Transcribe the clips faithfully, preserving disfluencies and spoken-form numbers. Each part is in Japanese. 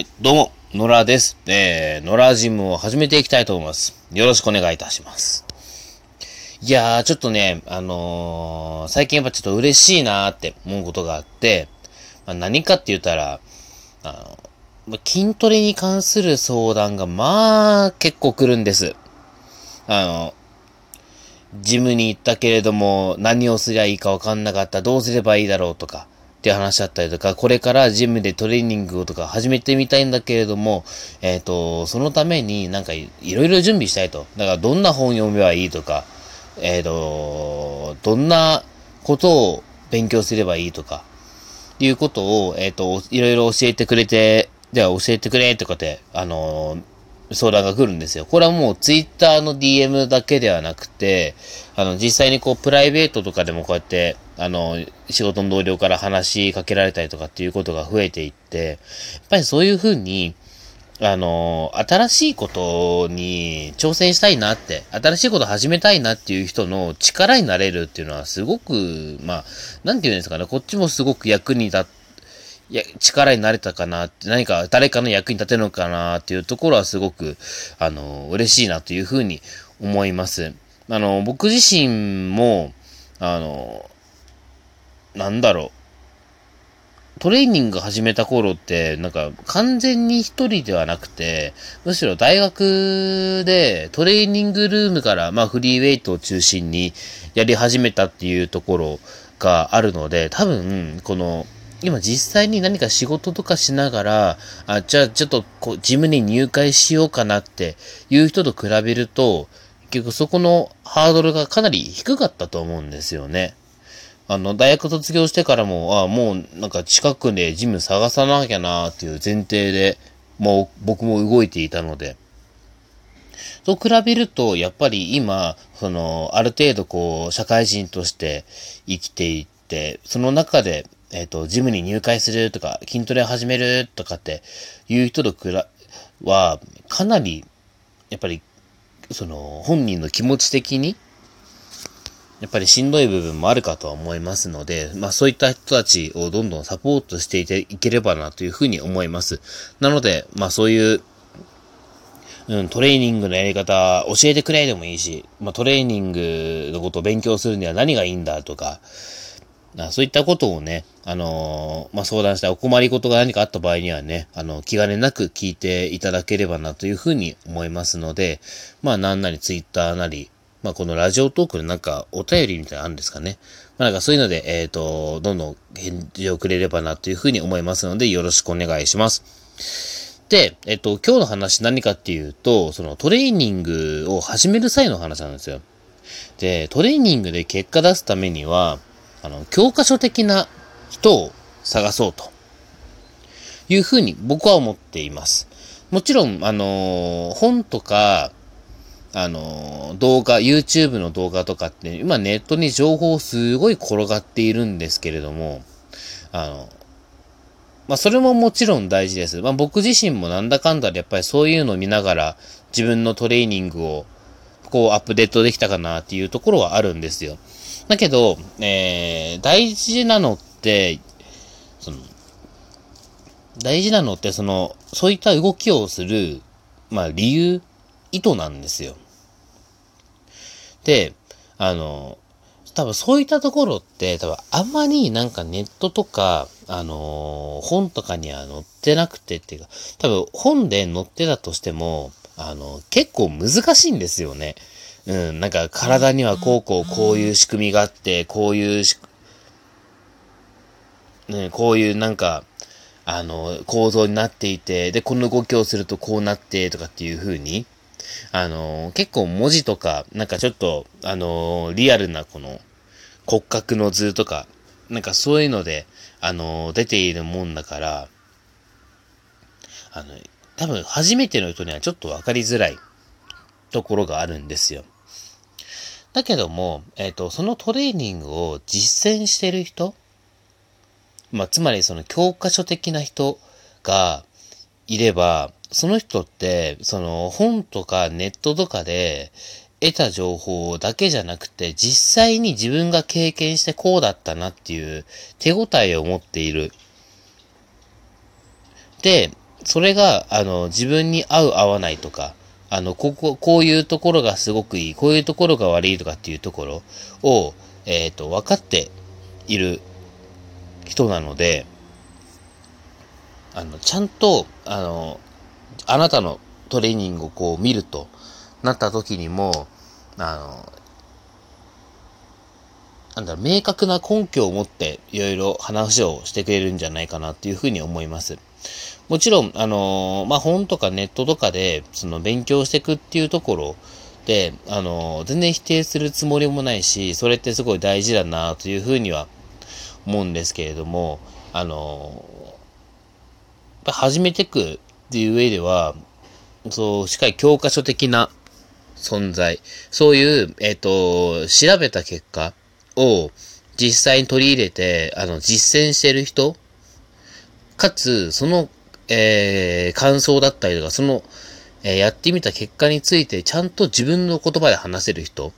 どうも、野良です。えー、野良ジムを始めていきたいと思います。よろしくお願いいたします。いやー、ちょっとね、あのー、最近やっぱちょっと嬉しいなーって思うことがあって、まあ、何かって言ったら、あの、まあ、筋トレに関する相談が、まあ、結構来るんです。あの、ジムに行ったけれども、何をすりゃいいかわかんなかった、どうすればいいだろうとか、っていう話だったりとか、これからジムでトレーニングをとか始めてみたいんだけれども、えっと、そのためになんかいろいろ準備したいと。だからどんな本読めばいいとか、えっと、どんなことを勉強すればいいとか、いうことを、えっと、いろいろ教えてくれて、じゃあ教えてくれとかって、あの相談が来るんですよ。これはもうツイッターの ディーエム だけではなくて、あの、実際にこう、プライベートとかでもこうやって、あの、仕事の同僚から話しかけられたりとかっていうことが増えていって、やっぱりそういうふうに、あの、新しいことに挑戦したいなって、新しいこと始めたいなっていう人の力になれるっていうのはすごく、まあ、なんて言うんですかね、こっちもすごく役に立って、いや、力になれたかなって、何か誰かの役に立てるのかなっていうところはすごく、あの、嬉しいなというふうに思います。あの、僕自身も、あの、なんだろう、トレーニング始めた頃って、なんか完全に一人ではなくて、むしろ大学でトレーニングルームから、まあフリーウェイトを中心にやり始めたっていうところがあるので、多分、この、今実際に何か仕事とかしながら、あ、じゃあちょっとこう、ジムに入会しようかなっていう人と比べると、結局そこのハードルがかなり低かったと思うんですよね。あの、大学卒業してからも、あもうなんか近くでジム探さなきゃなーっていう前提で、もう僕も動いていたので。と比べると、やっぱり今、その、ある程度こう、社会人として生きていって、その中で、えっと、ジムに入会するとか、筋トレを始めるとかっていう人とくら、は、かなり、やっぱり、その、本人の気持ち的に、やっぱりしんどい部分もあるかとは思いますので、まあそういった人たちをどんどんサポートしていていければなというふうに思います。なので、まあそういう、うん、トレーニングのやり方教えてくれでもいいし、まあトレーニングのことを勉強するには何がいいんだとか、そういったことをね、あのー、まあ、相談したお困りごとが何かあった場合にはね、あの、気兼ねなく聞いていただければなというふうに思いますので、まあ、なんなりツイッターなり、まあ、このラジオトークでなんかお便りみたいなのあるんですかね。まあ、なんかそういうので、えっと、どんどん返事をくれればなというふうに思いますので、よろしくお願いします。で、えっと、今日の話何かっていうと、そのトレーニングを始める際の話なんですよ。で、トレーニングで結果出すためには、あの、教科書的な人を探そうというふうに僕は思っています。もちろん、あのー、本とか、あのー、動画、YouTube の動画とかって、今ネットに情報すごい転がっているんですけれども、あの、まあ、それももちろん大事です。まあ、僕自身もなんだかんだでやっぱりそういうのを見ながら自分のトレーニングをこうアップデートできたかなっていうところはあるんですよ。だけど、えー、大事なのって、その、大事なのって、その、そういった動きをする、まあ理由、意図なんですよ。で、あの、多分そういったところって、多分あんまりなんかネットとか、あのー、本とかには載ってなくてっていうか、多分本で載ってたとしても、あの、結構難しいんですよね。うん、なんか体にはこうこうこういう仕組みがあって、こういうし、ね、こういうなんか、あの、構造になっていて、で、この動きをするとこうなって、とかっていう風に、あの、結構文字とか、なんかちょっと、あの、リアルなこの骨格の図とか、なんかそういうので、あの、出ているもんだから、あの、多分初めての人にはちょっとわかりづらいところがあるんですよ。だけども、えっと、そのトレーニングを実践してる人、まあ、つまりその教科書的な人がいれば、その人って、その本とかネットとかで得た情報だけじゃなくて、実際に自分が経験してこうだったなっていう手応えを持っている。で、 それが、あの、自分に合う合わないとか、あの、ここ、こういうところがすごくいい、こういうところが悪いとかっていうところを、えっと、分かっている人なので、あの、ちゃんと、あの、あなたのトレーニングをこう見るとなった時にも、あの、なんだろう、明確な根拠を持っていろいろ話をしてくれるんじゃないかなっていうふうに思います。もちろん、あのー、まあ、本とかネットとかで、その勉強していくっていうところで、あのー、全然否定するつもりもないし、それってすごい大事だなというふうには思うんですけれども、あのー、やっぱ始めていくっていう上では、そう、しっかり教科書的な存在、そういう、えっと、調べた結果を実際に取り入れて、あの、実践してる人、かつ、その、えー、感想だったりとか、その、えー、やってみた結果について、ちゃんと自分の言葉で話せる人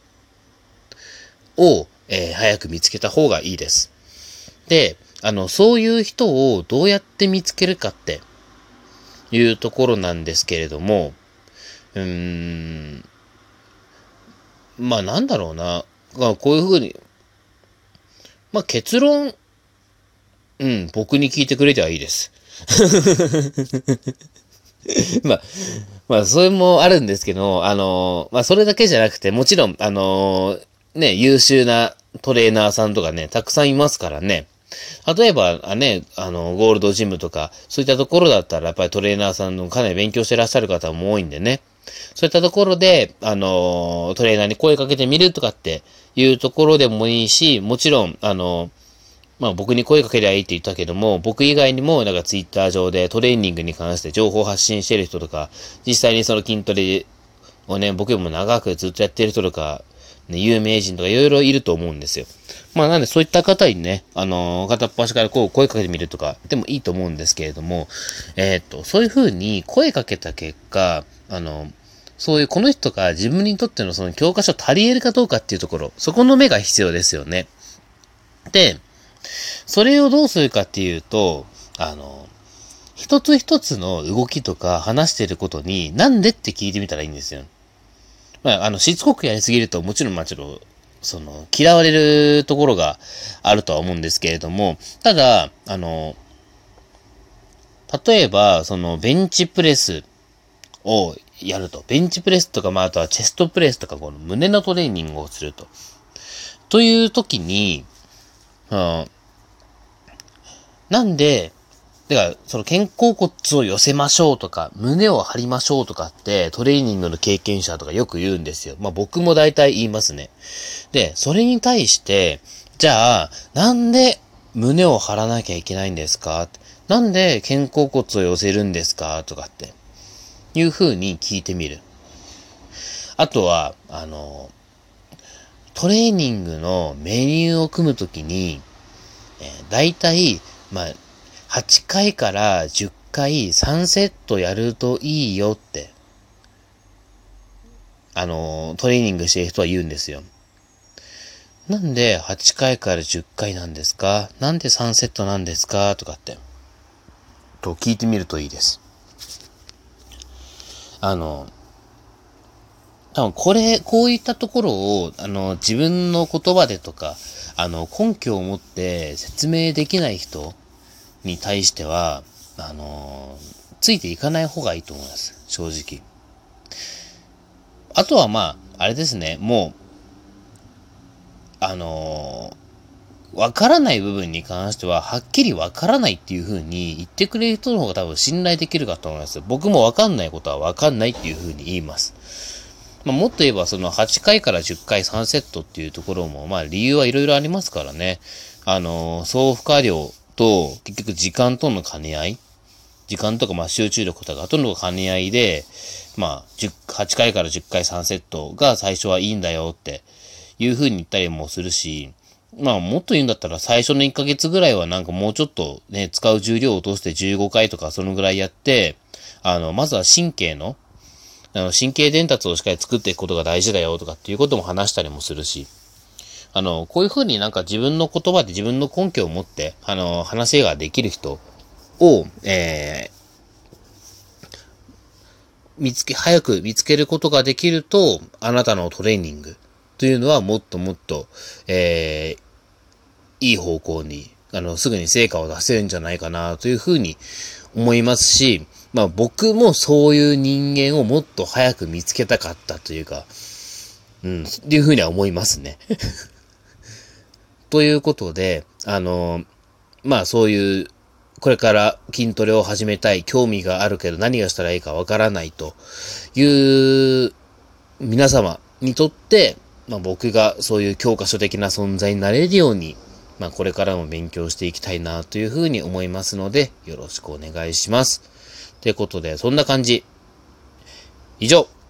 を、えー、早く見つけた方がいいです。で、あの、そういう人をどうやって見つけるかっていうところなんですけれども、うーん、まあなんだろうな。まあこういうふうに、まあ結論、うん、僕に聞いてくれてはいいです。まあ、まあ、それもあるんですけど、あの、まあ、それだけじゃなくて、もちろん、あの、ね、優秀なトレーナーさんとかね、たくさんいますからね。例えば、あね、あの、ゴールドジムとか、そういったところだったら、やっぱりトレーナーさんのかなり勉強してらっしゃる方も多いんでね。そういったところで、あの、トレーナーに声かけてみるとかっていうところでもいいし、もちろん、あの、まあ僕に声かけりゃいいって言ったけども、僕以外にもなんかツイッター上でトレーニングに関して情報発信してる人とか、実際にその筋トレをね、僕よりも長くずっとやってる人とか、ね、有名人とかいろいろいると思うんですよ。まあなんでそういった方にね、あのー、片っ端からこう声かけてみるとかでもいいと思うんですけれども、えー、っと、そういう風に声かけた結果、あの、そういうこの人が自分にとってのその教科書足り得るかどうかっていうところ、そこの目が必要ですよね。で、それをどうするかっていうと、あの、一つ一つの動きとか話していることに、なんでって聞いてみたらいいんですよ。まあ、あの、しつこくやりすぎると、もちろん、もちろん、その、嫌われるところがあるとは思うんですけれども、ただ、あの、例えば、その、ベンチプレスをやると。ベンチプレスとか、まあ、あとはチェストプレスとか、この胸のトレーニングをすると。という時に、うん、なんで、だから、その肩甲骨を寄せましょうとか、胸を張りましょうとかって、トレーニングの経験者とかよく言うんですよ。まあ僕も大体言いますね。で、それに対して、じゃあ、なんで胸を張らなきゃいけないんですか？なんで肩甲骨を寄せるんですか？とかって、いう風に聞いてみる。あとは、あの、トレーニングのメニューを組むときに、えー、大体、まあ、はちかいからじゅっかいさんセットやるといいよって、あの、トレーニングしてる人は言うんですよ。なんではちかいからじゅっかいなんですか？なんでさんセットなんですか？とかって、と聞いてみるといいです。あの、多分これ、こういったところを、あの、自分の言葉でとか、あの、根拠を持って説明できない人に対しては、あのー、ついていかない方がいいと思います。正直。あとはまあ、あれですね、もう、あのー、わからない部分に関しては、はっきりわからないっていう風に言ってくれる人の方が多分信頼できるかと思います。僕もわかんないことはわかんないっていう風に言います。まあ、もっと言えば、そのはちかいからじゅっかいさんセットっていうところも、まあ理由はいろいろありますからね。あのー、総負荷量と、結局時間との兼ね合い時間とかまあ集中力とかとの兼ね合いで、まあ、はちかいからじゅっかいさんセットが最初はいいんだよっていう風に言ったりもするし、まあもっと言うんだったら最初のいっかげつぐらいはなんかもうちょっとね、使う重量を落としてじゅうごかいとかそのぐらいやって、あの、まずは神経の、あの、神経伝達をしっかり作っていくことが大事だよとかっていうことも話したりもするし、あの、こういう風になんか自分の言葉で自分の根拠を持って、あの、話ができる人を、え見つけ、早く見つけることができると、あなたのトレーニングというのはもっともっと、えー、いい方向に、あの、すぐに成果を出せるんじゃないかなというふうに思いますし、まあ僕もそういう人間をもっと早く見つけたかったというか、うん、っていうふうには思いますね。ということで、あの、まあそういう、これから筋トレを始めたい、興味があるけど何がしたらいいかわからないという皆様にとって、まあ僕がそういう教科書的な存在になれるように、まあこれからも勉強していきたいなというふうに思いますので、よろしくお願いします。ということで、そんな感じ。以上。